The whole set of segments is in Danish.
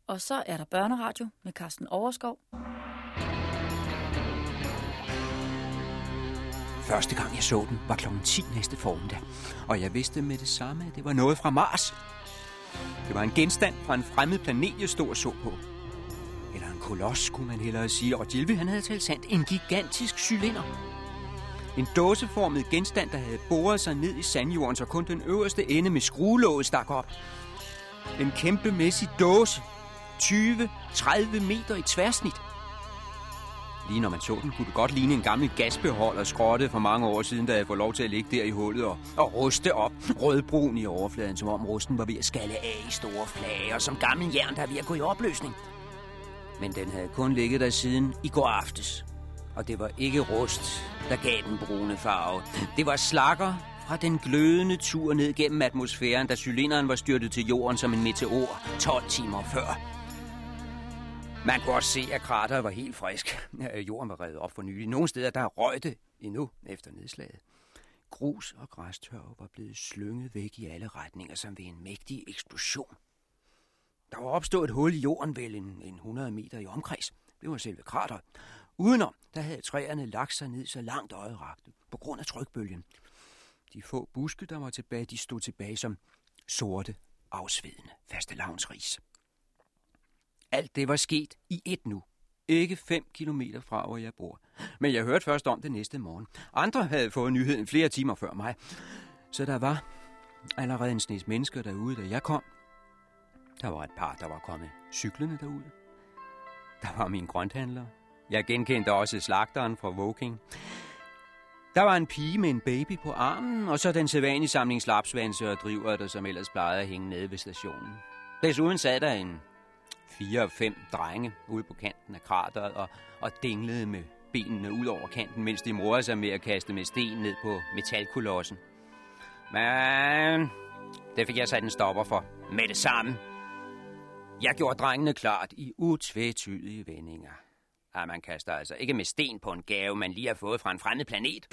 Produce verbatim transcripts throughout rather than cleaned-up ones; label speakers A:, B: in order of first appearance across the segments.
A: Og så er der børneradio med Carsten Overskov.
B: Første gang jeg så den, var klokken ti næste formiddag, og jeg vidste med det samme, at det var noget fra Mars. Det var en genstand fra en fremmed planet, jeg stod og så på. Eller en koloss, skulle man hellere sige, og Gilby, han havde talt sandt, en gigantisk cylinder. En dåseformet genstand, der havde boret sig ned i sandjorden, så kun den øverste ende med skruelåget stak op. En kæmpemæssig dåse, tyve til tredive meter i tværsnit. Lige når man så den, kunne det godt ligne en gammel gasbeholder skrottet for mange år siden, da jeg får lov til at ligge der i hullet og, og ruste op, rødbrun i overfladen, som om rusten var ved at skalle af i store flager, som gammel jern, der er ved at gå i opløsning. Men den havde kun ligget der siden i går aftes. Og det var ikke rust, der gav den brune farve. Det var slakker fra den glødende tur ned gennem atmosfæren, da cylinderen var styrtet til jorden som en meteor tolv timer før. Man kunne også se, at krateret var helt frisk. Jorden var revet op for nylig. Nogle steder, der røg det endnu efter nedslaget. Grus og græstørv var blevet slynget væk i alle retninger, som ved en mægtig eksplosion. Der var opstået et hul i jorden vel en, en hundrede meter i omkreds. Det var selve krateret. Udenom, der havde træerne lagt sig ned så langt øjet rakte, på grund af trykbølgen. De få buske, der var tilbage, de stod tilbage som sorte, afsvedende fastelavnsris. Alt det var sket i et nu. Ikke fem kilometer fra, hvor jeg bor. Men jeg hørte først om det næste morgen. Andre havde fået nyheden flere timer før mig. Så der var allerede en snes mennesker derude, da jeg kom. Der var et par, der var kommet cyklerne derude. Der var min grønthandler. Jeg genkendte også slagteren fra Woking. Der var en pige med en baby på armen, og så den sædvanlige samling slapsvanse og driver, der som ellers plejede at hænge nede ved stationen. Desuden sad der en fire og fem drenge ude på kanten af krateret og, og dinglede med benene ud over kanten, mens de morede sig med at kaste med sten ned på metalkolossen. Men det fik jeg sat en stopper for med det samme. Jeg gjorde drengene klart i utvetydige vendinger. At man kaster altså ikke med sten på en gave, man lige har fået fra en fremmed planet.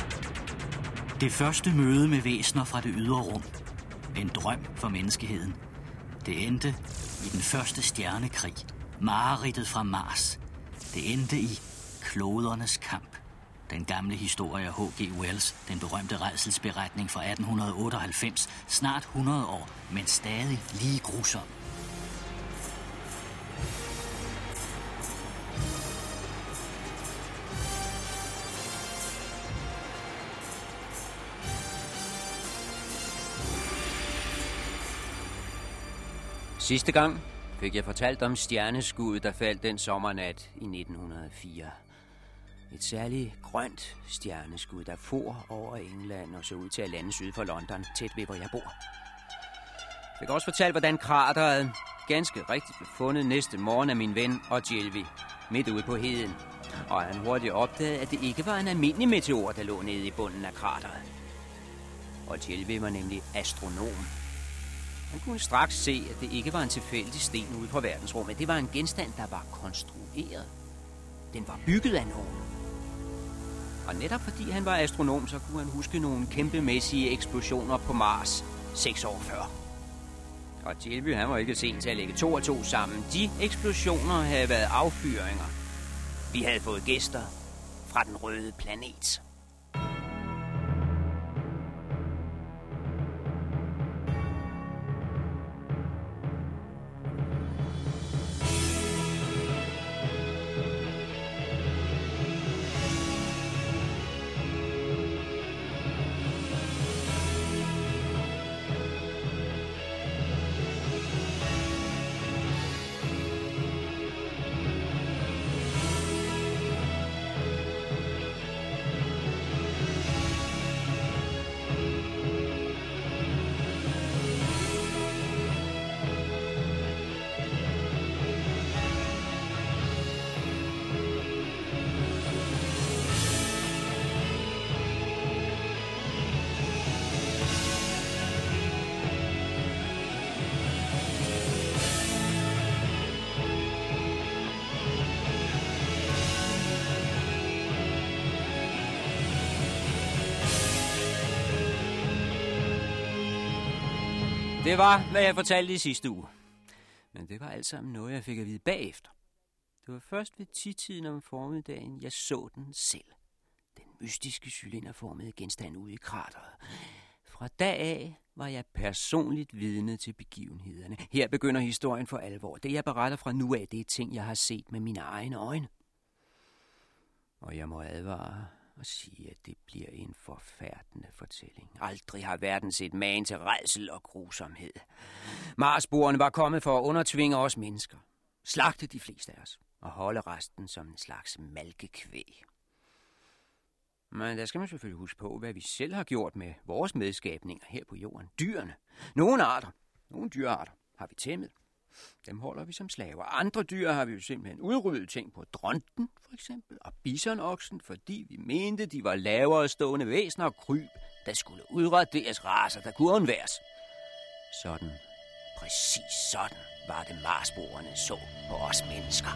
C: Det første møde med væsener fra det ydre rum. En drøm for menneskeheden. Det endte i den første stjernekrig. Mareridtet fra Mars. Det endte i klodernes kamp. Den gamle historie af H G Wells, den berømte rædselsberetning fra atten otteoghalvfems, snart hundrede år, men stadig lige grusom.
B: Sidste gang fik jeg fortalt om stjerneskuddet, der faldt den sommernat i nitten hundrede og fire. Et særligt grønt stjerneskud, der for over England og så ud til at lande syd for London, tæt ved, hvor jeg bor. Jeg fik også fortalt, hvordan krateret ganske rigtigt blev fundet næste morgen af min ven og Gilby, midt ude på heden. Og han hurtigt opdagede, at det ikke var en almindelig meteor, der lå nede i bunden af krateret. Og Gilby var nemlig astronom. Han kunne straks se, at det ikke var en tilfældig sten ude på verdensrummet. Det var en genstand, der var konstrueret. Den var bygget af nogen. Og netop fordi han var astronom, så kunne han huske nogle kæmpemæssige eksplosioner på Mars seks år før. Og Gilby, han var ikke sent til at lægge to og to sammen. De eksplosioner havde været affyringer. Vi havde fået gæster fra den røde planet. Det var, hvad jeg fortalte i sidste uge. Men det var alt sammen noget, jeg fik at vide bagefter. Det var først ved ti-tiden om formiddagen, jeg så den selv. Den mystiske cylinderformede genstand ude i krateret. Fra da af var jeg personligt vidne til begivenhederne. Her begynder historien for alvor. Det, jeg beretter fra nu af, det er ting, jeg har set med mine egne øjne. Og jeg må advare og sige, at det bliver en forfærdende fortælling. Aldrig har verden set magen til rædsel og grusomhed. Marsboerne var kommet for at undertvinge os mennesker. Slagte de fleste af os og holde resten som en slags malkekvæg. Men der skal man selvfølgelig huske på, hvad vi selv har gjort med vores medskabninger her på jorden. Dyrene. Nogle arter, nogle dyrearter har vi tæmmet. Dem holder vi som slaver. Andre dyr har vi jo simpelthen udryddet, ting på dronten for eksempel, og bisonoksen, fordi vi mente, de var lavere stående væsener og kryb, der skulle udraderes racer, der kunne undværes. Sådan, præcis sådan, var det marsboerne så på os mennesker.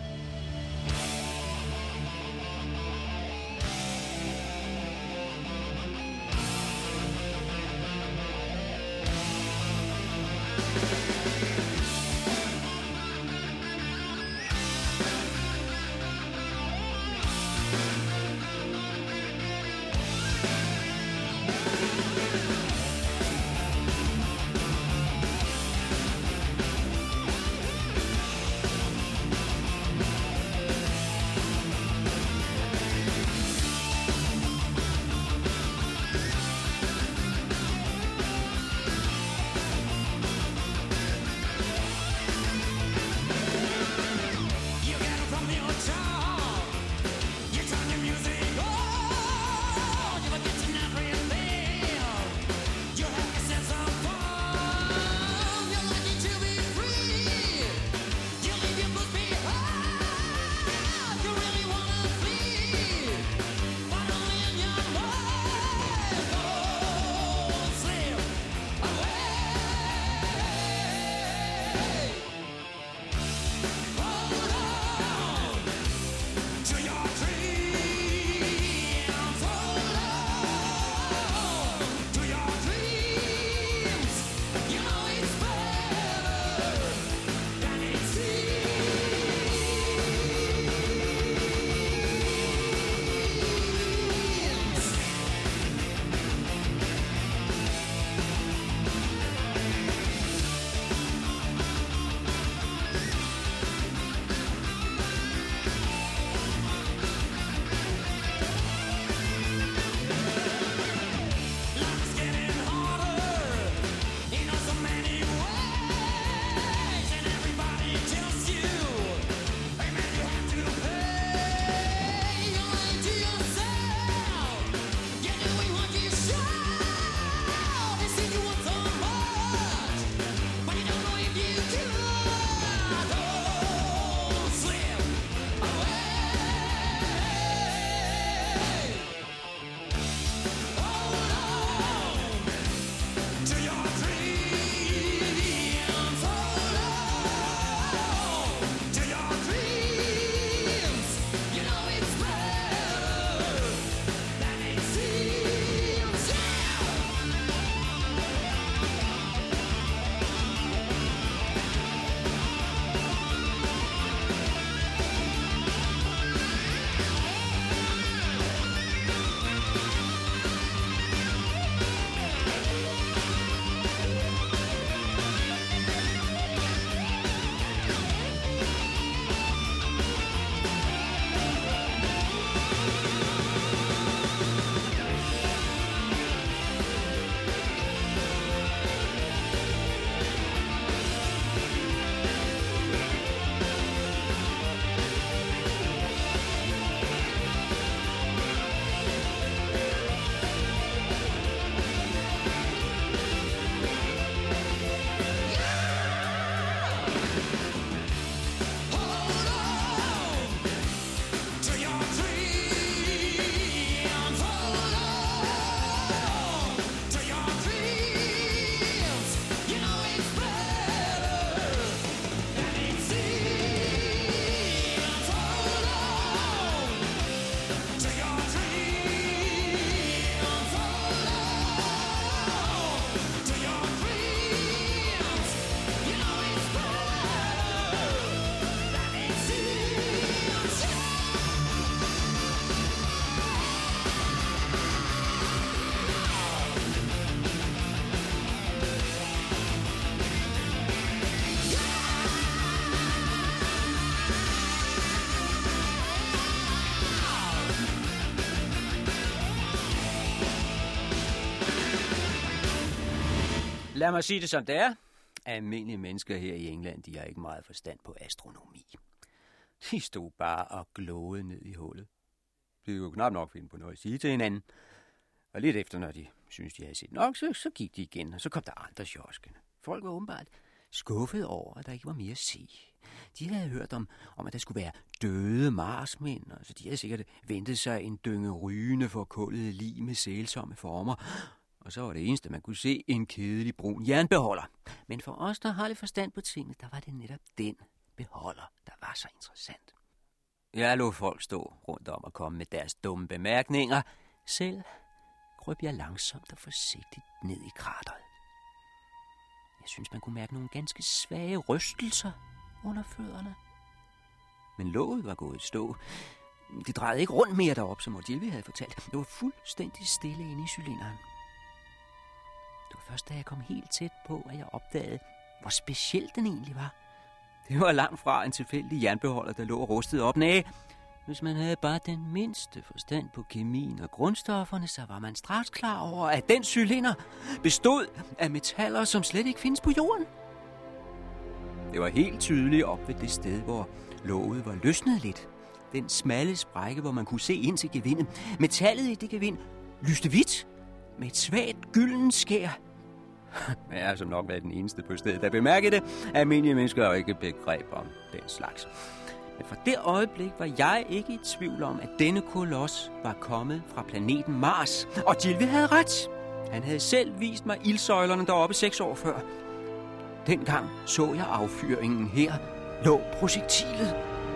B: Lad mig sige det som det er. Almindelige mennesker her i England, de har ikke meget forstand på astronomi. De stod bare og glåede ned i hullet. De kunne knap nok finde på noget at sige til hinanden. Og lidt efter, når de syntes, de havde set nok, så, så gik de igen, og så kom der andre sjoskende. Folk var åbenbart skuffet over, at der ikke var mere at se. De havde hørt om, om at der skulle være døde marsmænd, og så de havde sikkert ventet sig en dynge rygende forkullede lig med sælsomme former. Og så var det eneste, man kunne se, en kedelig brun jernbeholder. Men for os, der har lidt forstand på tingene, der var det netop den beholder, der var så interessant. Jeg lod folk stå rundt om og komme med deres dumme bemærkninger. Selv krøb jeg langsomt og forsigtigt ned i krateret. Jeg synes, man kunne mærke nogle ganske svage rystelser under fødderne. Men låget var gået i stå. Det drejede ikke rundt mere deroppe, som Odilvi havde fortalt. Det var fuldstændig stille inde i cylinderen. Det var først, da jeg kom helt tæt på, at jeg opdagede, hvor speciel den egentlig var. Det var langt fra en tilfældig jernbeholder, der lå og rustede op. Næh, hvis man havde bare den mindste forstand på kemien og grundstofferne, så var man straks klar over, at den cylinder bestod af metaller, som slet ikke findes på jorden. Det var helt tydeligt op ved det sted, hvor låget var løsnet lidt. Den smalle sprække, hvor man kunne se ind til gevindet. Metallet i det gevind lyste hvidt med et svagt gyldent skær. Jeg har som nok været den eneste på stedet, der bemærkede det. Almindelige mennesker har ikke begreb om den slags. Men fra det øjeblik var jeg ikke i tvivl om, at denne kolos var kommet fra planeten Mars. Og Gilvi havde ret. Han havde selv vist mig ildsøjlerne deroppe seks år før. Dengang så jeg affyringen. Her lå projektilet.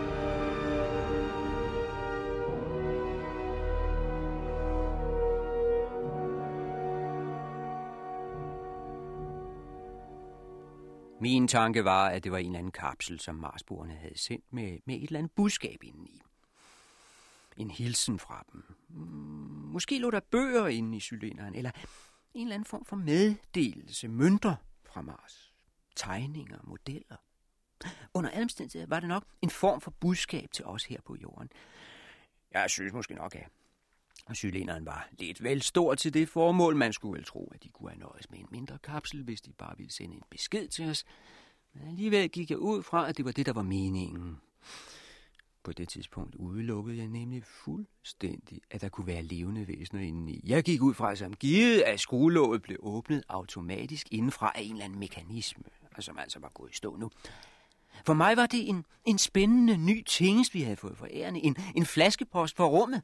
B: Min tanke var, at det var en eller anden kapsel, som Marsboerne havde sendt med, med et eller andet budskab indeni. En hilsen fra dem. Måske lå der bøger inde i cylinderen, eller en eller anden form for meddelelse, mønter fra Mars. Tegninger, modeller. Under alle omstændigheder var det nok en form for budskab til os her på jorden. Jeg synes måske nok, at og cylinderen var lidt vel stor til det formål. Man skulle vel tro, at de kunne have nøjes med en mindre kapsel, hvis de bare ville sende en besked til os. Men alligevel gik jeg ud fra, at det var det, der var meningen. På det tidspunkt udelukkede jeg nemlig fuldstændig, at der kunne være levende væsener indeni. Jeg gik ud fra som givet, at skruelåget blev åbnet automatisk indenfra af en eller anden mekanisme, som altså var gået i stå nu. For mig var det en, en spændende ny tingest, vi havde fået forærende. En, en flaskepost på rummet.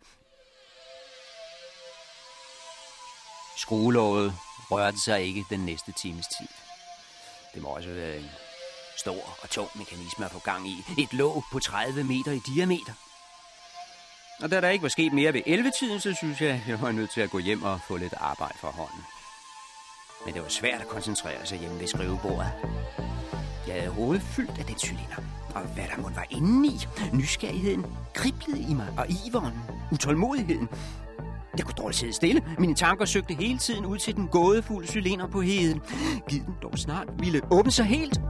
B: Skruelåget rørte sig ikke den næste times tid. Det må også være en stor og tung mekanisme at få gang i. Et låg på tredive meter i diameter. Og da der ikke var sket mere ved elleve-tiden, så synes jeg, jeg var nødt til at gå hjem og få lidt arbejde fra hånden. Men det var svært at koncentrere sig hjemme ved skrivebordet. Jeg havde hovedet fyldt af den cylinder. Og hvad der måtte være indeni. Nysgerrigheden kriblede i mig, og iveren, utålmodigheden. Jeg kunne dårligt sidde stille. Mine tanker søgte hele tiden ud til den gådefulde cylinder på heden. Gid den dog snart ville åbne sig helt.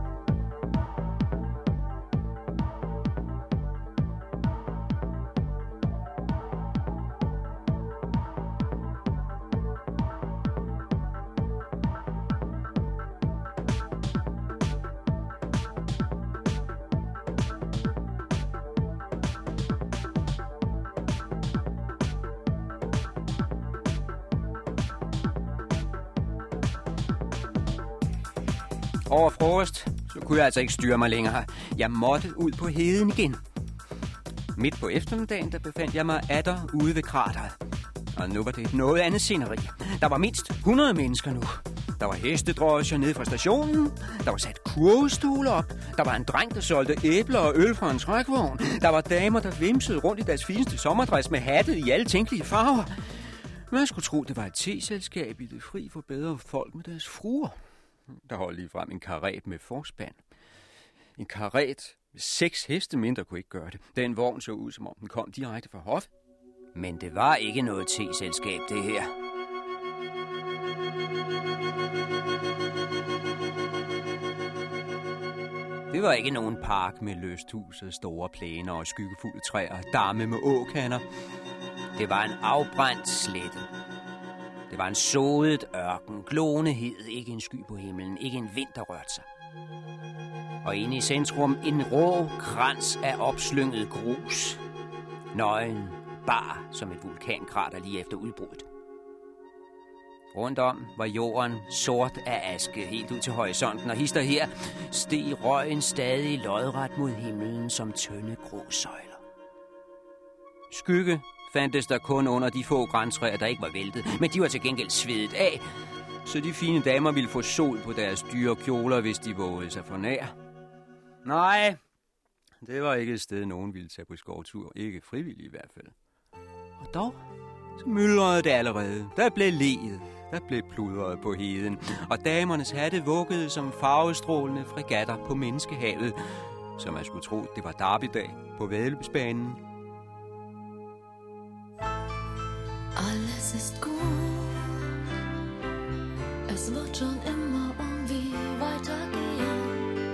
B: Over frokost, så kunne jeg altså ikke styre mig længere. Jeg måtte ud på heden igen. Midt på eftermiddagen, der befandt jeg mig atter ude ved krateret. Og nu var det et noget andet sceneri. Der var mindst hundrede mennesker nu. Der var hestedrosjer nede fra stationen. Der var sat kurvestole op. Der var en dreng, der solgte æbler og øl fra en trækvogn. Der var damer, der vimsede rundt i deres fineste sommerdress med hatte i alle tænkelige farver. Man skulle tro, det var et teselskab i det fri for bedre folk med deres fruer. Der holdt lige frem en karet med forspand. En karet med seks heste mindre kunne ikke gøre det. Den vogn så ud, som om den kom direkte fra hof. Men det var ikke noget teselskab, det her. Det var ikke nogen park med lysthuset, store plæner og skyggefulde træer, damme med åkander. Det var en afbrændt slette. Det var en sodet ørken, glående hed, ikke en sky på himlen, ikke en vind, der rørte sig. Og inde i centrum en rå krans af opslynget grus. Nøgen, bar som et vulkankrater lige efter udbruddet. Rundt om var jorden sort af aske helt ud til horisonten, og hister her steg røgen stadig lodret mod himlen som tynde grå søjler. Skygge fandtes der kun under de få grantræer, der ikke var væltet, men de var til gengæld svedet af, så de fine damer ville få sol på deres dyre kjoler, hvis de vågede sig for nær. Nej, det var ikke et sted, nogen ville tage på skovtur. Ikke frivilligt i hvert fald. Og dog, så myldrede det allerede. Der blev leget, der blev pludret på heden, og damernes hatte vuggede som farvestrålende fregatter på menneskehavet, så man skulle tro, det var derbydag på væddeløbsbanen.
D: Alles ist gut, es wird schon immer irgendwie weitergehen.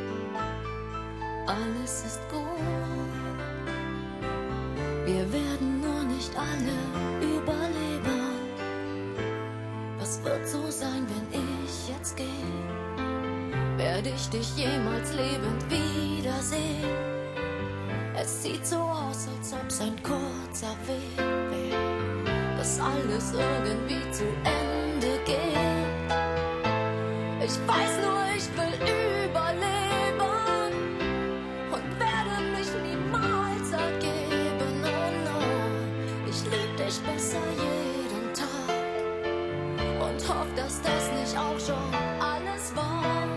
D: Alles ist gut, wir werden nur nicht alle überleben. Was wird so sein, wenn ich jetzt gehe? Werde ich dich jemals lebend wiedersehen? Es sieht so aus, als ob's ein kurzer Weg wäre, dass alles irgendwie zu Ende geht. Ich weiß nur, ich will überleben und werde mich niemals ergeben. Oh no, ich lieb dich besser jeden Tag und hoff, dass das nicht auch schon alles war.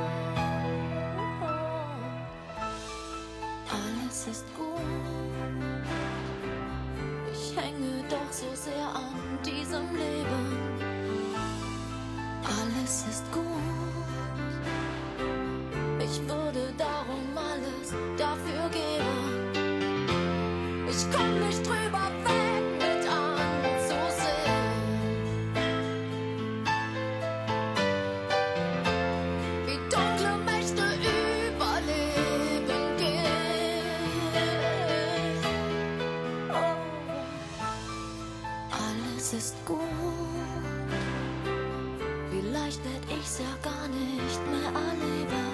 D: Alles ist gut, ich hänge doch so sehr an diesem Leben. Alles ist gut, ich würde darum alles dafür geben. Ich komm nicht drüber weg mit anzusehen, wie dunkle Mächte überleben gehen. Oh. Alles ist gut, vielleicht werd ich's ja gar nicht mehr erleben.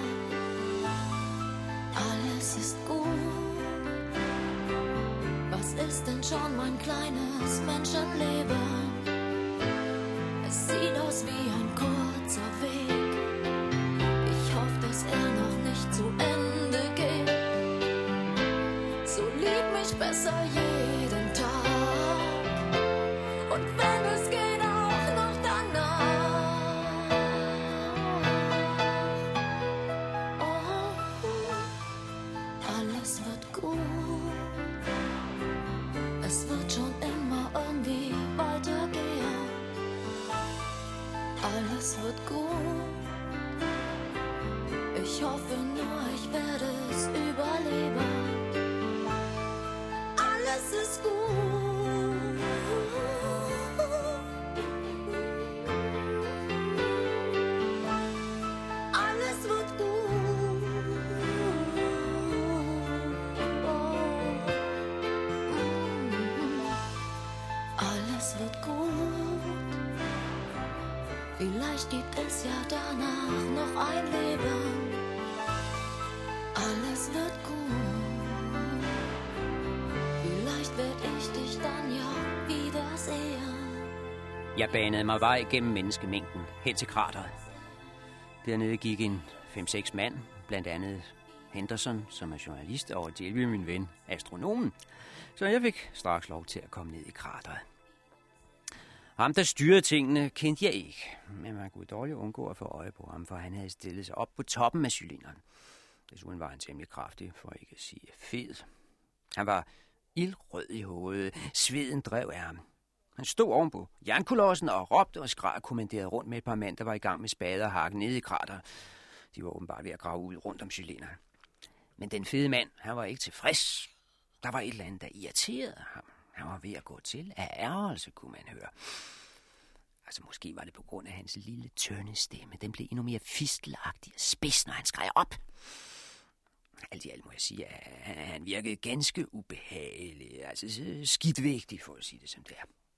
D: Alles ist gut, was ist denn schon mein kleines Menschenleben? Es sieht aus wie ein kurzer Weg, ich hoffe, dass er noch nicht zu Ende geht. So lieb mich besser jeden Tag und wenn es geht auch noch danach. Oh, alles wird gut, es wird schon immer irgendwie weitergehen. Alles wird gut, ich hoffe nur, ich werde es überleben. Alles ist gut. Alles wird gut. Oh. Alles wird gut. Vielleicht gibt es ja danach noch ein Leben. Alles wird gut. Vielleicht werd ich dich dann ja wiedersehen.
B: Jeg banede mig vej gennem menneskemængden hen til krateret. Dernede gik en fem-seks mand, blandt andet Henderson, som er journalist, og Jelby, min ven, astronomen. Så jeg fik straks lov til at komme ned i krateret. Ham, der styrede tingene, kendte jeg ikke, men man kunne dårligt undgå at få øje på ham, for han havde stillet sig op på toppen af cylinderen. Desuden var han temmelig kraftig, for ikke at sige fed. Han var ildrød i hovedet, sveden drev af ham. Han stod ovenpå jernkolossen og råbte og skreg og kommanderede rundt med et par mænd, der var i gang med spade og hakke nede i krateret. De var åbenbart ved at grave ud rundt om cylinderen. Men den fede mand, han var ikke tilfreds. Der var et eller andet, der irriterede ham. Han var ved at gå til af ærgelse, kunne man høre. Altså, måske var det på grund af hans lille, tynde stemme. Den blev endnu mere fistelagtig og spids, når han skreg op. Alt i alt må jeg sige, at han virkede ganske ubehagelig. Altså, skidt vigtig, for at sige det som det er.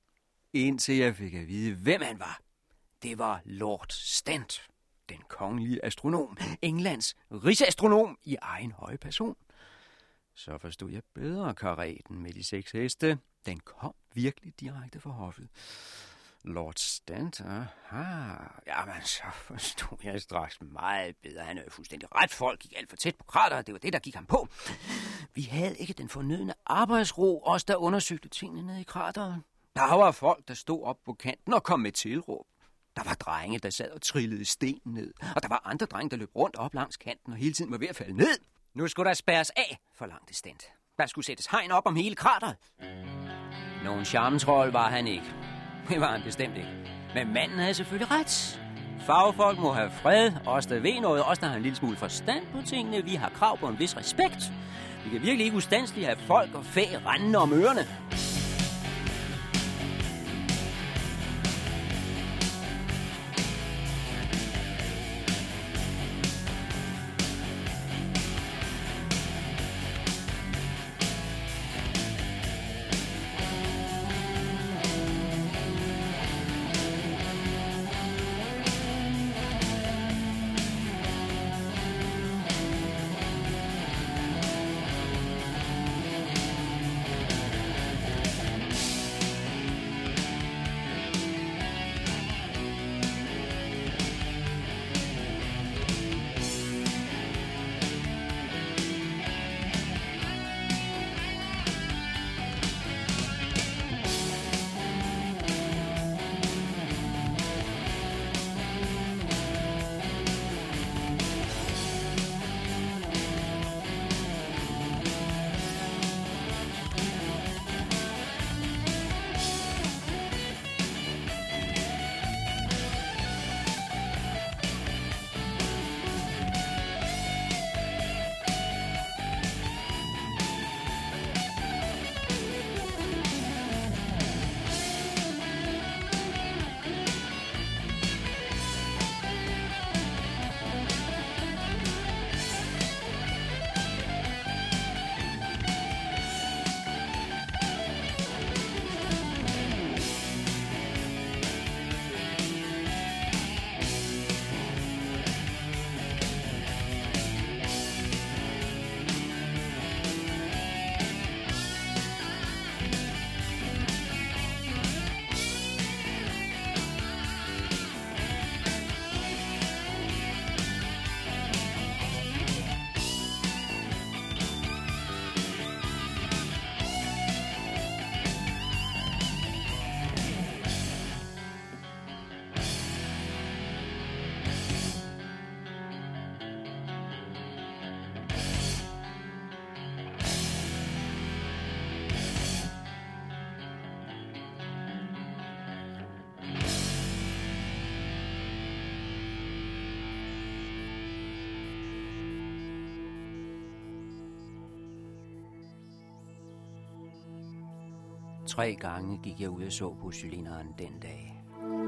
B: indtil jeg fik at vide, hvem han var. Det var Lord Stent, den kongelige astronom, Englands rigsastronom i egen høje person. Så forstod jeg bedre kareten med de seks heste. Den kom virkelig direkte fra hoffet. Lord Stent, aha. Jamen, så forstod jeg straks meget bedre. Han er jo fuldstændig ret. Folk gik alt for tæt på krateret. Det var det, der gik ham på. Vi havde ikke den fornødne arbejdsro, os der undersøgte tingene nede i krateret. Der var folk, der stod op på kanten og kom med tilråb. Der var drenge, der sad og trillede stenen ned. Og der var andre drenge, der løb rundt op langs kanten og hele tiden var ved at falde ned. Nu skulle der spærres af, forlangte Stent. Der skulle sættes hegn op om hele krateret. Nogen charmetrol var han ikke. Det var han bestemt ikke. Men manden havde selvfølgelig ret. Fagfolk må have fred. Os, der ved noget, os, der har en lille smule forstand på tingene. Vi har krav på en vis respekt. Vi kan virkelig ikke ustandsligt have folk og fæ rendende om ørerne. Tre gange gik jeg ud og så på cylinderen den dag.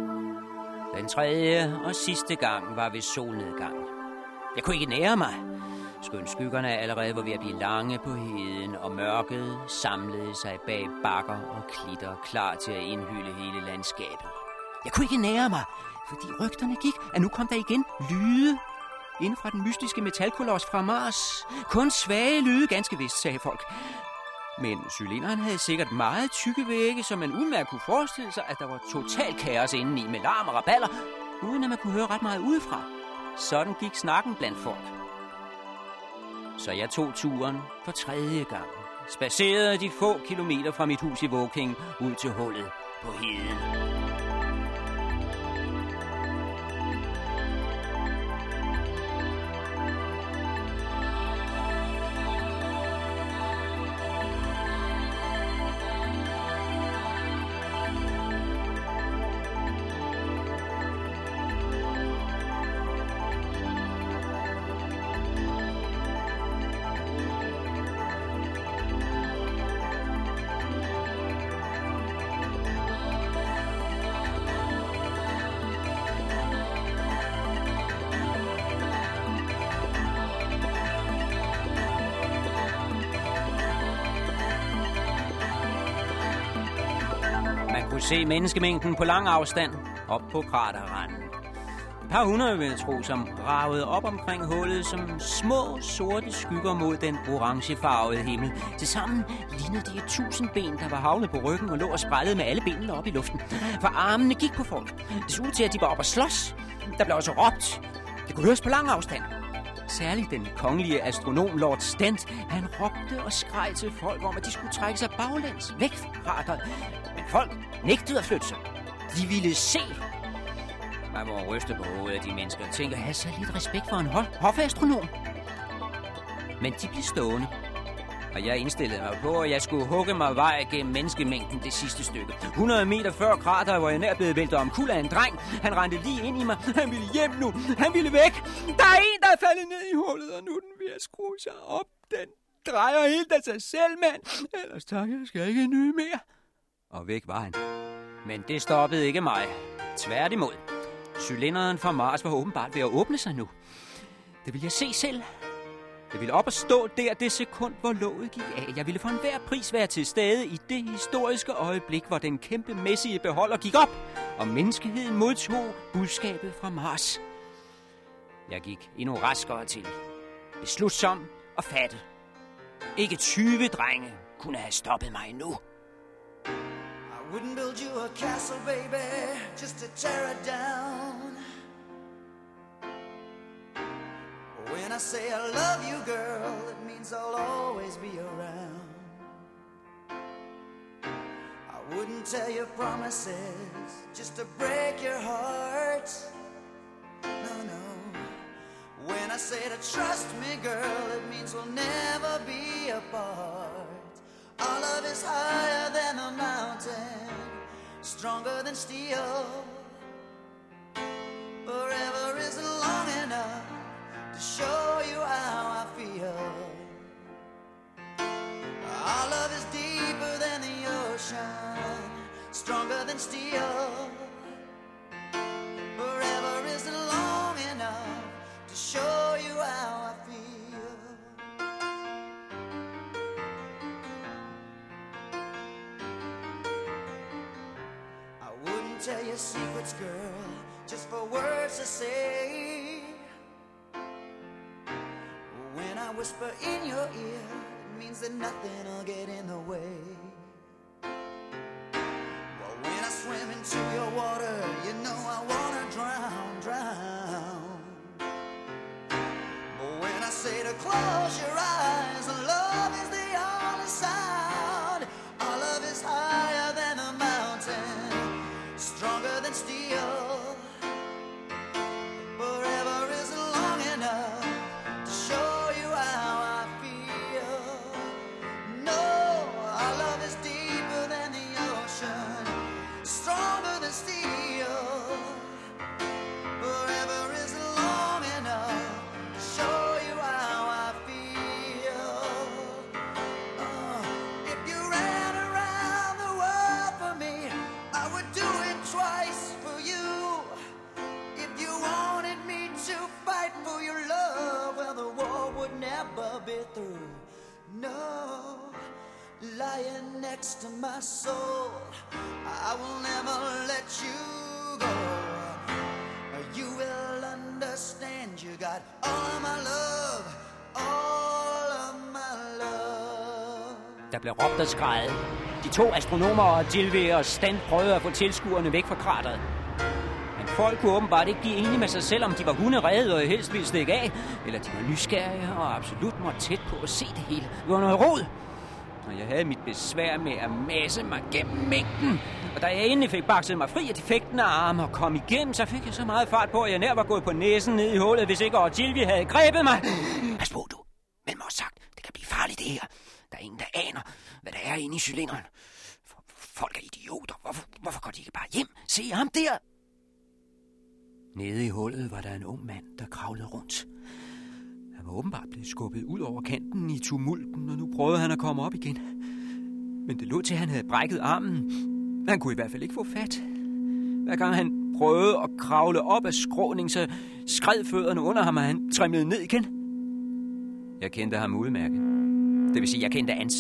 B: Den tredje og sidste gang var ved solnedgang. Jeg kunne ikke nære mig. Skønt skyggerne allerede var ved at blive lange på heden, og mørket samlede sig bag bakker og klitter, klar til at indhylde hele landskabet. Jeg kunne ikke nære mig, fordi rygterne gik, at nu kom der igen lyde inden fra den mystiske metalkoloss fra Mars. Kun svage lyde, ganske vist, sagde folk. Men cylinderen havde sikkert meget tykke vægge, så man udmærket kunne forestille sig, at der var total kaos indeni med larm og raballer, uden at man kunne høre ret meget udefra. Sådan gik snakken blandt folk. Så jeg tog turen for tredje gang. Spacerede de få kilometer fra mit hus i Woking ud til hullet på heden. kunne se menneskemængden på lang afstand op på kraterranden. Et par hundrede, vil jeg tro, som ragede op omkring hullet som små sorte skygger mod den orangefarvede himmel. Tilsammen lignede de et tusind ben, der var havnet på ryggen og lå og sprællede med alle benene op i luften. For armene gik på folk. Det så ud til, at de var op og slås. Der blev også råbt. Det kunne høres på lang afstand. Særligt den kongelige astronom Lord Stent, han råbte og skreg til folk om, at de skulle trække sig baglæns væk fra krateret. Men folk nægtede at flytte sig. De ville se. Man må ryste på hovedet af de mennesker og tænke, have så lidt respekt for en hofastronom. Men de blev stående, og jeg indstillede mig på, at jeg skulle hugge mig vej gennem menneskemængden det sidste stykke. hundrede meter før krateret, hvor jeg nær blev væltet omkuld af en dreng. Han rendte lige ind i mig. Han ville hjem nu. Han ville væk. Der er en, der er faldet ned i hullet, og nu er den ved at skrue sig op. Den drejer helt af sig selv, mand. Ellers tak, jeg skal ikke nyde mere. Og væk var han. Men det stoppede ikke mig. Tværtimod. Cylinderen fra Mars var åbenbart ved at åbne sig nu. Det ville jeg se selv. Jeg ville op og stå der det sekund, hvor låget gik af. Jeg ville for enhver pris være til stede i det historiske øjeblik, hvor den kæmpemæssige beholder gik op, og menneskeheden modtog budskabet fra Mars. Jeg gik endnu raskere til. Beslutsom og fattet. Ikke tyve drenge kunne have stoppet mig nu.
E: I wouldn't build you a castle, baby, just to tear it down. When I say I love you, girl, it means I'll always be around. I wouldn't tell you promises just to break your heart. No, no. When I say to trust me, girl, it means we'll never be apart. Our love is higher than a mountain, stronger than steel. Forever isn't long enough to show you how I feel. Our love is deeper than the ocean, stronger than steel. Forever isn't long enough to show you how I feel. I wouldn't tell you secrets, girl, just for words to say. When I whisper in your ear, it means that nothing will get in the way. Well, when I swim into your water, you know I wanna drown, drown. But when I say to close your eyes, love is the only sound. Our love is higher than a mountain, stronger than steel. Forever isn't long enough to show you how I feel. No, our love is deeper than the ocean, stronger than steel. Forever isn't long enough to show you how I feel. Uh, if you ran around the world for me, I would do it twice for you. If you wanted me to fight for your love, well, the war would never be through. No, lying next to my soul, I will never let you go. You will understand you got all of my love, all of my love.
B: Der blev råbt og skreget. De to astronomer og Gilvey og Stent prøvede at få tilskuerne væk fra krateret. Men folk kunne åbenbart ikke blive enige med sig selv, om de var hunderede og helst ville stikke af, eller de var nysgerrige og absolut måtte tæt på at se det hele. Det var noget rod. Og jeg havde mit besvær med at masse mig gennem mængden. Og da jeg endelig fik bakset mig fri af de fægtende arme og kom igennem, så fik jeg så meget fart på, at jeg nær var gået på næsen ned i hullet, hvis ikke Gilvey havde grebet mig. Pas på, du. Men mig sagt, det kan blive farligt det her. Der er ingen, der aner, hvad der er inde i cylinderen. Folk er idioter. Hvorfor, hvorfor går de ikke bare hjem? Se ham der. Nede i hullet var der en ung mand, der kravlede rundt. Han var åbenbart blevet skubbet ud over kanten i tumulten, og nu prøvede han at komme op igen. Men det lå til, at han havde brækket armen. Han kunne i hvert fald ikke få fat. Hver gang han prøvede at kravle op af skråning, så skred fødderne under ham, og han trimlede ned igen. Jeg kendte ham udmærket. Det vil sige, jeg kendte ansigtet.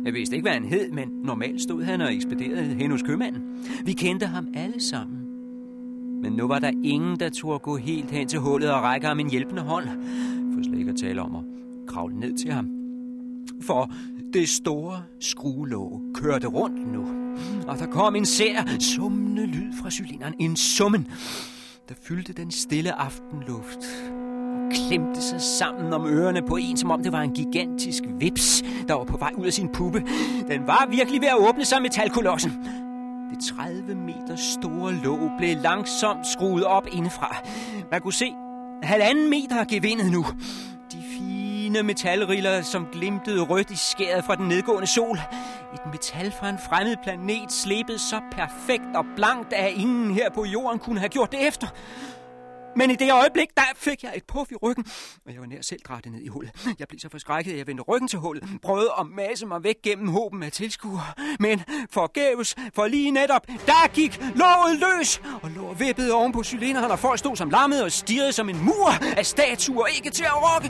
B: Jeg vidste ikke, hvad han hed, men normalt stod han og ekspederede hen hos købmanden. Vi kendte ham alle sammen. Men nu var der ingen, der turde gå helt hen til hullet og række ham en hjælpende hånd. For slet ikke at tale om at kravle ned til ham. For det store skruelåg kørte rundt nu. Og der kom en sær, summende lyd fra cylinderen. En summen, der fyldte den stille aftenluft. Og klemte sig sammen om ørerne på en, som om det var en gigantisk vips, der var på vej ud af sin puppe. Den var virkelig ved at åbne sig, metalkolossen. Det tredive meter store låg blev langsomt skruet op indefra. Man kunne se halvanden meter af gevindet nu. De fine metalriller, som glimtede rødt i skæret fra den nedgående sol. Et metal fra en fremmed planet, slebet så perfekt og blankt, at ingen her på jorden kunne have gjort det efter. Men i det øjeblik, der fik jeg et puff i ryggen, og jeg var nær selv drættet ned i hullet. Jeg blev så forskrækket, at jeg vendte ryggen til hullet, prøvede at masse mig væk gennem håben af tilskuere. Men forgæves, for lige netop, der gik låget løs, og lå vippede oven på cylinderen, og folk stod som lammede og stirrede som en mur af statuer, ikke til at rokke.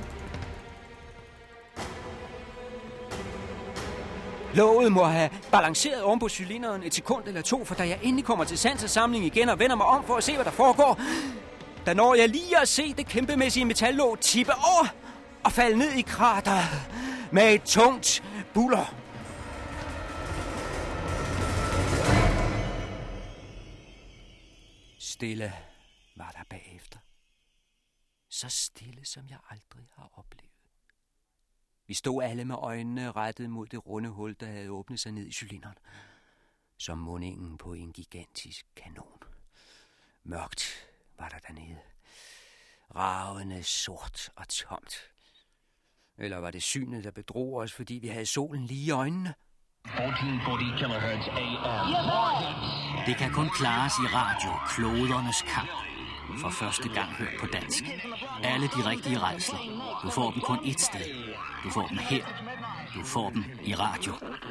B: Låget må have balanceret oven på cylinderen et sekund eller to, for da jeg endelig kommer til sans og samling igen og vender mig om for at se, hvad der foregår, der når jeg lige at se det kæmpemæssige metallåg tippe over og falde ned i krateret med et tungt buller. Stille var der bagefter. Så stille, som jeg aldrig har oplevet. Vi stod alle med øjnene rettet mod det runde hul, der havde åbnet sig ned i cylinderen. Som mundingen på en gigantisk kanon. Mørkt var der dernede. Ravende sort og tomt. Eller var det synet, der bedrog os, fordi vi havde solen lige i øjnene?
F: fjorten fyrre kilohertz A M.
C: Det kan kun klares i radio, Klodernes Kamp. For første gang hørt på dansk. Alle de rigtige rædsler. Du får dem kun ét sted. Du får dem her. Du får dem i radio.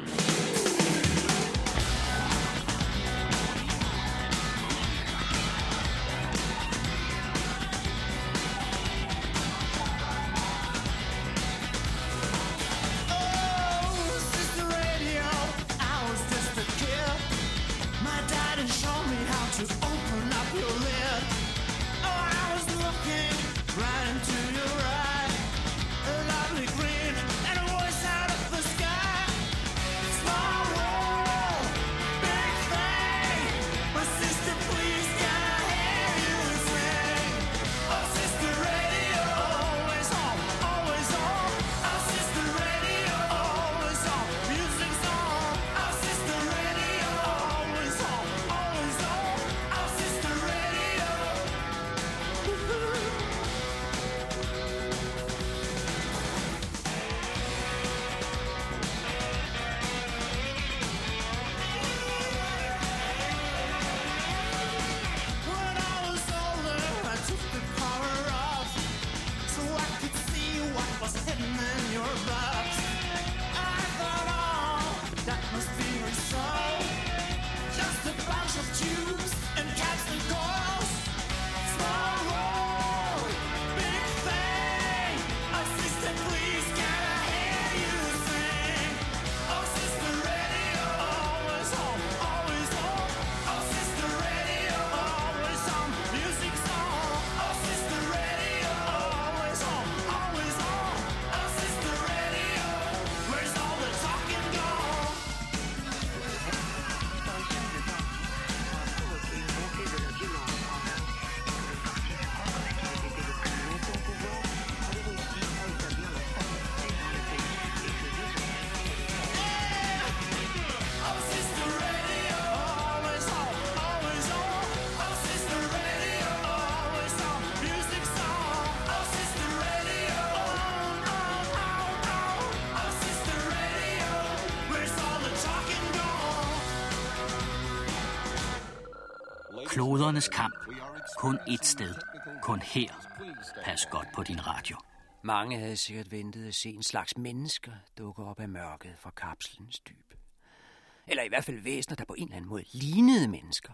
C: Klodernes Kamp. Kun ét sted. Kun her. Pas godt på din radio.
B: Mange havde sikkert ventet at se en slags mennesker dukke op af mørket fra kapslens dyb. Eller i hvert fald væsener, der på en eller anden måde lignede mennesker.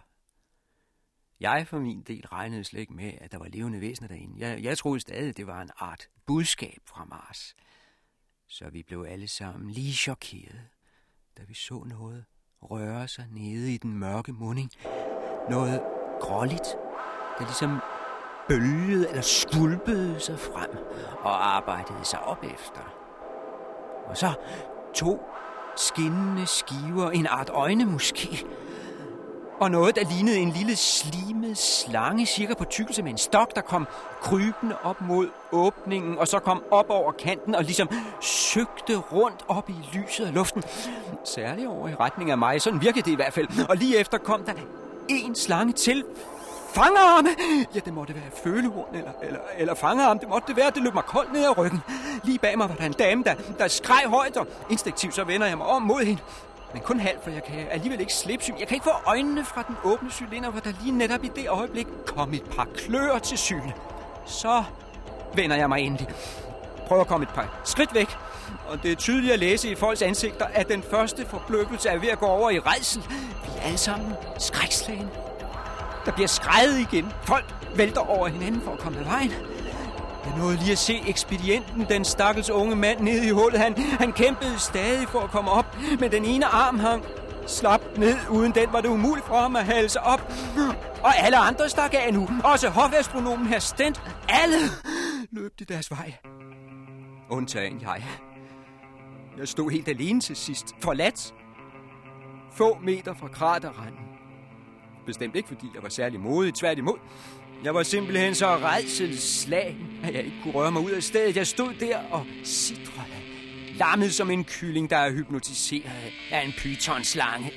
B: Jeg for min del regnede slet ikke med, at der var levende væsener derinde. Jeg, jeg troede stadig, det var en art budskab fra Mars. Så vi blev alle sammen lige chokerede, da vi så noget røre sig nede i den mørke munding. Noget gråligt, der ligesom bølgede eller skulpede sig frem og arbejdede sig op efter. Og så to skinnende skiver, en art øjne måske, og noget, der lignede en lille slimet slange, cirka på tykkelse med en stok, der kom krybende op mod åbningen, og så kom op over kanten og ligesom søgte rundt op i lyset af luften. Særligt over i retning af mig, sådan virkede det i hvert fald. Og lige efter kom der en slange til. Fangerarme! Ja, det måtte være følehorn, eller, eller, eller fangerarme. Det måtte det være. Det løb mig koldt ned ad ryggen. Lige bag mig var der en dame, der, der skreg højt, og instinktivt så vender jeg mig om mod hende. Men kun halvt, for jeg kan alligevel ikke slippe syn. Jeg kan ikke få øjnene fra den åbne cylinder, hvor der lige netop i det øjeblik kom et par kløer til syne. Så vender jeg mig endelig. Prøver at komme et par skridt væk. Og det er tydeligt at læse i folks ansigter, at den første forbløffelse er ved at gå over i rædsel. Vi er alle sammen skrækslagne. Der bliver skreget igen. Folk vælter over hinanden for at komme af vejen. Jeg nåede lige at se ekspedienten, den stakkels unge mand nede i hullet. Han, han kæmpede stadig for at komme op, men den ene arm hang slap ned. Uden den var det umuligt for ham at hale sig op. Og alle andre stak af nu. Også hofastronomen her Stent. Alle løb de deres vej. Undtagen jeg. Jeg stod helt alene til sidst. Forladt. Få meter fra kraterranden. Bestemt ikke, fordi jeg var særlig modig. Tværtimod. Jeg var simpelthen så rædselsslagen, at jeg ikke kunne røre mig ud af stedet. Jeg stod der og sitrede, lammet som en kylling, der er hypnotiseret af en pythonslange.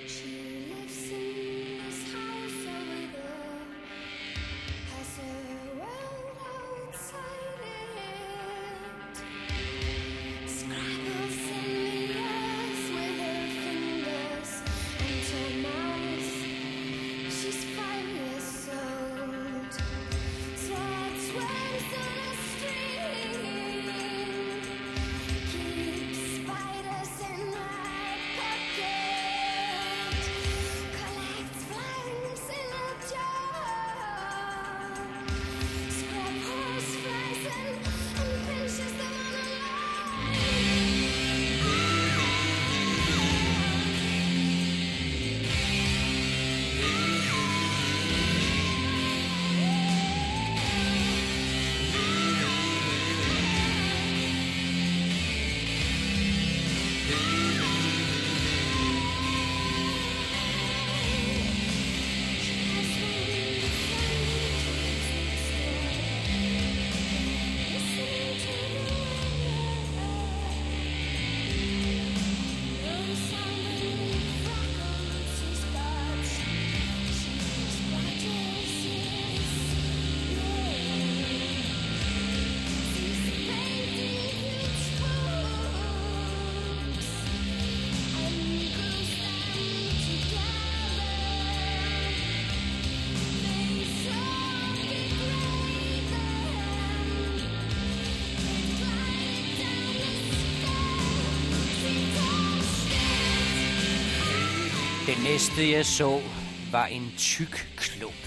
B: Det næste, jeg så, var en tyk klump.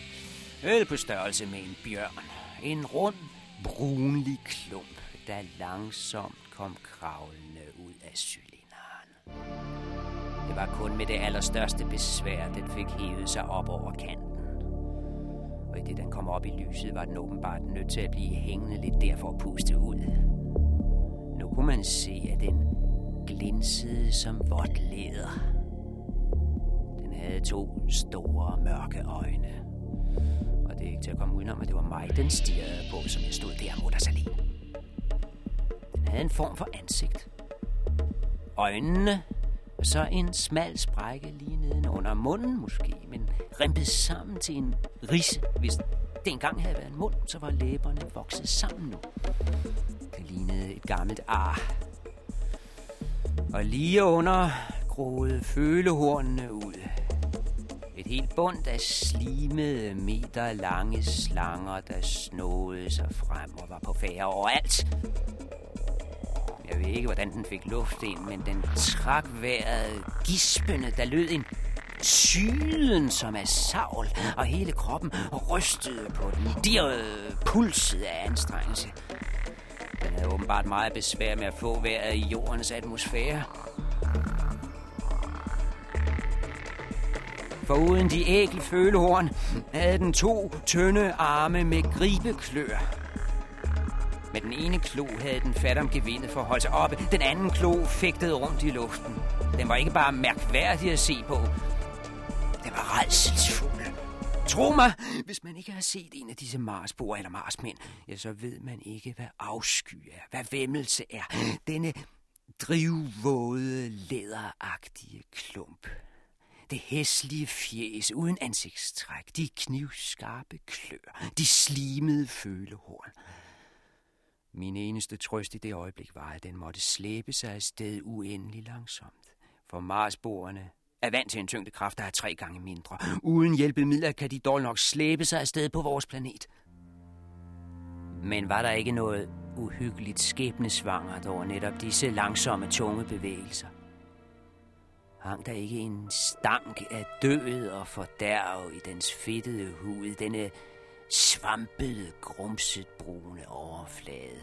B: Vel på størrelse med en bjørn. En rund, brunlig klump, der langsomt kom kravlende ud af cylinderen. Det var kun med det allerstørste besvær, den fik hævet sig op over kanten. Og i det, den kom op i lyset, var den åbenbart nødt til at blive hængende lidt der for at puste ud. Nu kunne man se, at den glinsede som vådt læder. Havde to store, mørke øjne. Og det er ikke til at komme udenom, at det var mig, den stirrede på, som jeg stod der mod os alene. Den havde en form for ansigt. Øjnene, og så en smal sprække lige neden under munden måske, men rimpet sammen til en ridse. Hvis det engang havde været en mund, så var læberne vokset sammen nu. Det lignede et gammelt ar. Og lige under groede følehornene ud. Et helt bund af slimede, meter lange slanger, der snodede sig frem og var på færre overalt. Jeg ved ikke, hvordan den fik luft ind, men den trak vejret gispende, der lød en syden som af savl, og hele kroppen rystede på den, dirrede pulset af anstrengelse. Den havde åbenbart meget besvær med at få vejret i jordens atmosfære. Foruden de ægle følehorn havde den to tynde arme med gribeklør. Med den ene klo havde den fat om gevindet for at holde sig oppe. Den anden klo fægtede rundt i luften. Den var ikke bare mærkværdig at se på. Den var rædselsfuld. Tro mig, hvis man ikke har set en af disse Marsboer eller Marsmænd, ja, så ved man ikke, hvad afsky er, hvad væmmelse er. Denne drivvåde, læderagtige klump. Det hæslige fjes uden ansigtstræk, de knivskarpe klør, de slimede følehorn. Min eneste trøst i det øjeblik var, at den måtte slæbe sig afsted uendelig langsomt. For Marsboerne er vant til en tyngdekraft, der er tre gange mindre. Uden hjælpemidler kan de dog nok slæbe sig afsted på vores planet. Men var der ikke noget uhyggeligt skæbnesvangert over netop disse langsomme, tunge bevægelser? Hang der ikke en stank af død og fordærv i dens fedtede hud, denne svampede, grumset brune overflade?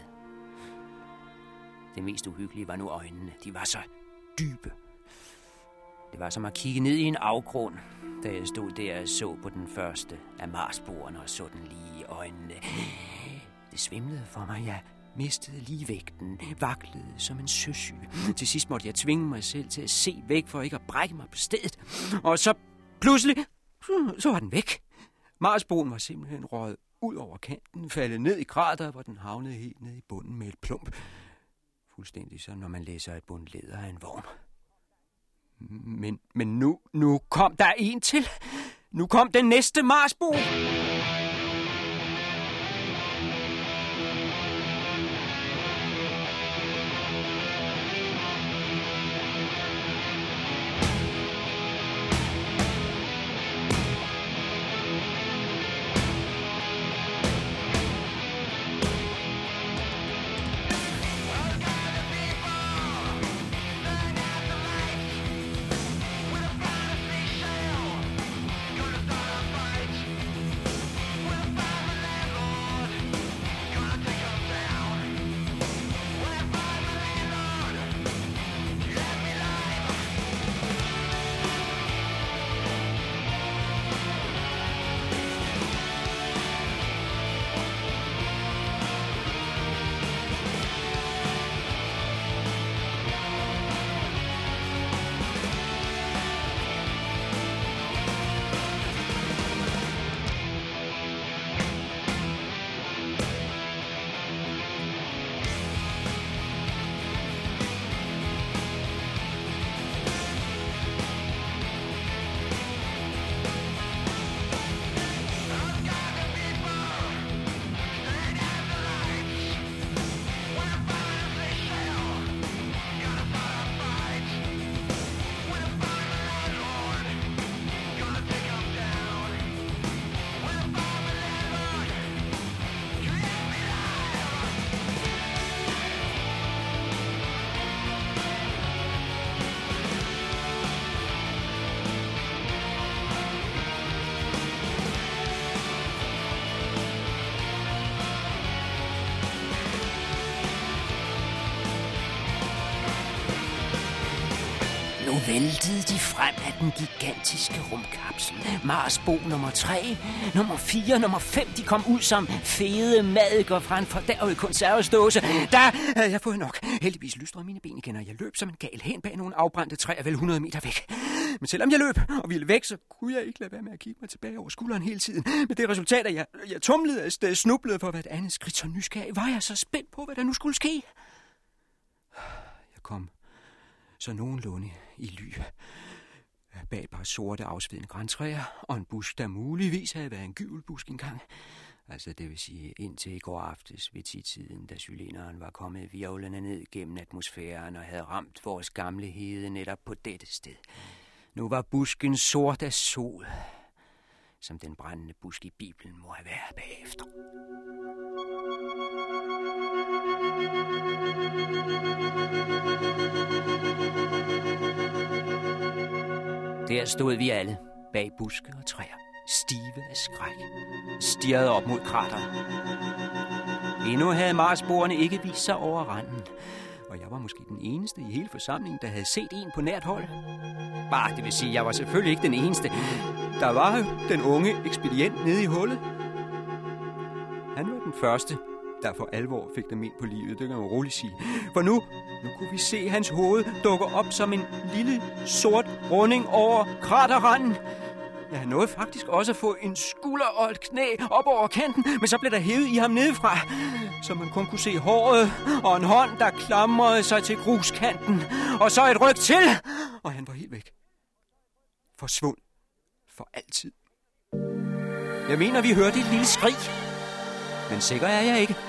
B: Det mest uhyggelige var nu øjnene. De var så dybe. Det var som at kigge ned i en afgrund, da jeg stod der og så på den første af Marsboerne og så den lige i øjnene. Det svimlede for mig, jeg mistede lige vægten, vaklede som en søsyg. Til sidst måtte jeg tvinge mig selv til at se væk, for ikke at brække mig på stedet. Og så pludselig, så var den væk. Marsboen var simpelthen røget ud over kanten, faldet ned i krateret, hvor den havnede helt ned i bunden med et plump. Fuldstændig som når man læser et bund leder af en vogn. Men, men nu, nu kom der en til. Nu kom den næste Marsbo. Nu væltede de frem af den gigantiske rumkapsel. Marsbo nummer tre, nummer fire, nummer fem, de kom ud som fede madikker fra en fordærvet konservesdåse. Der havde jeg fået nok. Heldigvis lystrede mine ben igen, og jeg løb som en gal hen bag nogle afbrændte træer vel hundrede meter væk. Men selvom jeg løb og ville væk, så kunne jeg ikke lade være med at kigge mig tilbage over skulderen hele tiden. Med det resultat, at jeg, jeg tumlede afsted, snublede for hvert andet skridt, så nysgerrig var jeg så spændt på, hvad der nu skulle ske. Jeg kom så nogenlunde i ly bag et par sorte afsvedende grantræer og en busk, der muligvis havde været en gyvelbusk engang. Altså det vil sige indtil i går aftes ved tidtiden, da cylinderen var kommet virvlende ned gennem atmosfæren og havde ramt vores gamle hede netop på dette sted. Nu var busken sort af sol, som den brændende busk i Bibelen må have været bagefter. Der stod vi alle bag buske og træer. stive af skræk, stirrede op mod krateret. Endnu havde Marsboerne ikke vist sig over randen, og jeg var måske den eneste i hele forsamlingen, der havde set en på nært hold. Bare, det vil sige, jeg var selvfølgelig ikke den eneste. Der var jo den unge ekspedient nede i hullet. Han var den første, der for alvor fik dem ind på livet, det kan man roligt sige. For nu, nu kunne vi se hans hoved dukke op som en lille sort runding over kraterranden. Ja, han nåede faktisk også at få en skulder og et knæ op over kanten, men så blev der hævet i ham nedefra, så man kun kunne se håret og en hånd, der klamrede sig til gruskanten, og så et ryg til, og han var helt væk. Forsvundet for altid. Jeg mener, vi hørte et lille skrig, men sikker er jeg ikke.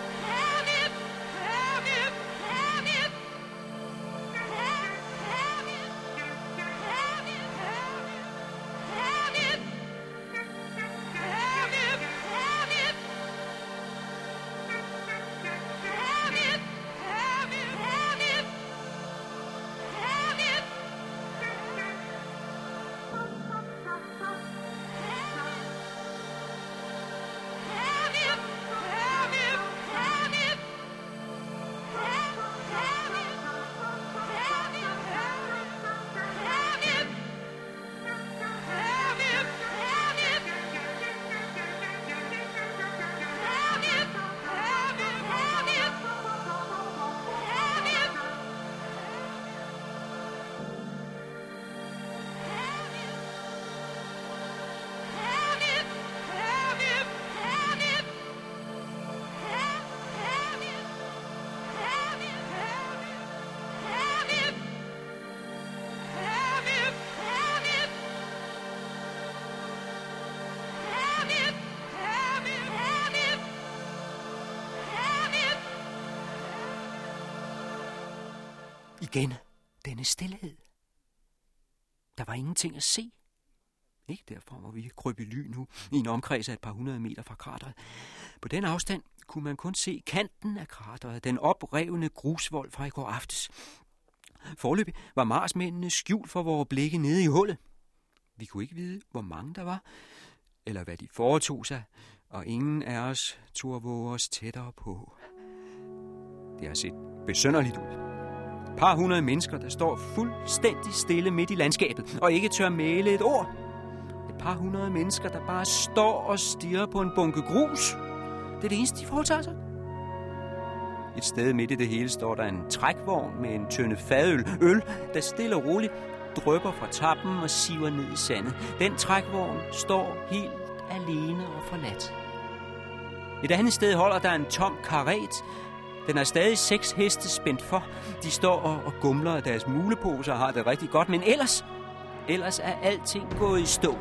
B: Igen denne stilhed. Der var ingenting at se. Ikke derfra, hvor vi kryb i ly nu, i en omkreds af et par hundrede meter fra krateret. På den afstand kunne man kun se kanten af krateret, den oprevne grusvold fra i går aftes. Foreløbig var marsmændene skjult for vores blikke nede i hullet. Vi kunne ikke vide, hvor mange der var, eller hvad de foretog sig, og ingen af os turde våge os tættere på. Det har set besynderligt ud. Et par hundrede mennesker, der står fuldstændig stille midt i landskabet, og ikke tør mæle et ord. Et par hundrede mennesker, der bare står og stirrer på en bunke grus. Det er det eneste, de foretager sig. Et sted midt i det hele står der en trækvogn med en tønde fadøl, øl, der stille og roligt drypper fra tappen og siver ned i sandet. Den trækvogn står helt alene og forladt. Et andet sted holder der en tom karet. Den har stadig seks heste spændt for. De står og, og gumler af deres muleposer og har det rigtig godt, men ellers, ellers er alting gået i stå.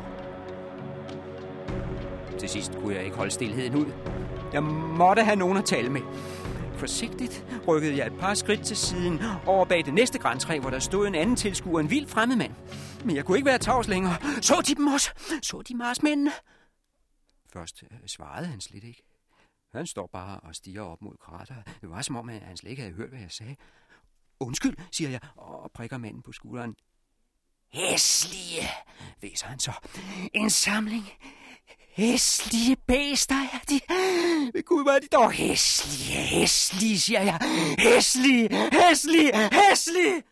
B: Til sidst kunne jeg ikke holde stilheden ud. Jeg måtte have nogen at tale med. Forsigtigt rykkede jeg et par skridt til siden over bag det næste grantræ, hvor der stod en anden tilskuer, en vild fremmed mand. Men jeg kunne ikke være tavs længere. Så de dem også? Så de marsmændene? Først øh, svarede han slet ikke. Han står bare og stiger op mod krateret. Det var som om, at han slet ikke havde hørt, hvad jeg sagde. Undskyld, siger jeg, og prikker manden på skulderen. Hæslige, væser han så. En samling hæslige bæster er de. Ved Gud, hvad er de dog hæslige, hæslige, siger jeg. Hæslige, hæslige, hæslige.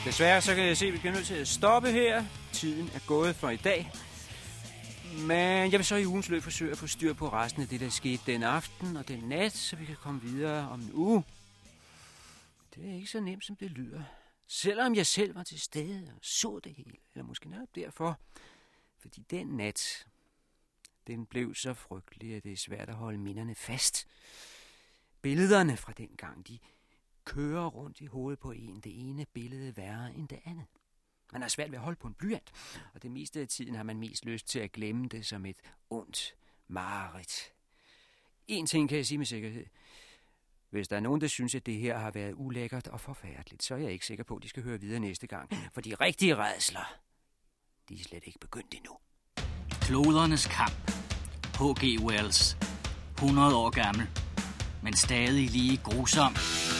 B: Desværre så kan jeg se, at vi bliver nødt til at stoppe her. Tiden er gået for i dag. Men jeg vil så i ugens løb forsøge at få styr på resten af det, der skete den aften og den nat, så vi kan komme videre om en uge. Det er ikke så nemt, som det lyder. Selvom jeg selv var til stede og så det hele. Eller måske netop derfor. Fordi den nat, den blev så frygtelig, at det er svært at holde minderne fast. Billederne fra den gang, de kører rundt i hovedet på en. Det ene billede værre end det andet. Man har svært ved at holde på en blyant, og det meste af tiden har man mest lyst til at glemme det som et ondt mareridt. En ting kan jeg sige med sikkerhed. Hvis der er nogen, der synes, at det her har været ulækkert og forfærdeligt, så er jeg ikke sikker på, at de skal høre videre næste gang. For de rigtige rædsler, de er slet ikke begyndt endnu.
C: Klodernes kamp. H G Wells. hundrede år gammel, men stadig lige grusom.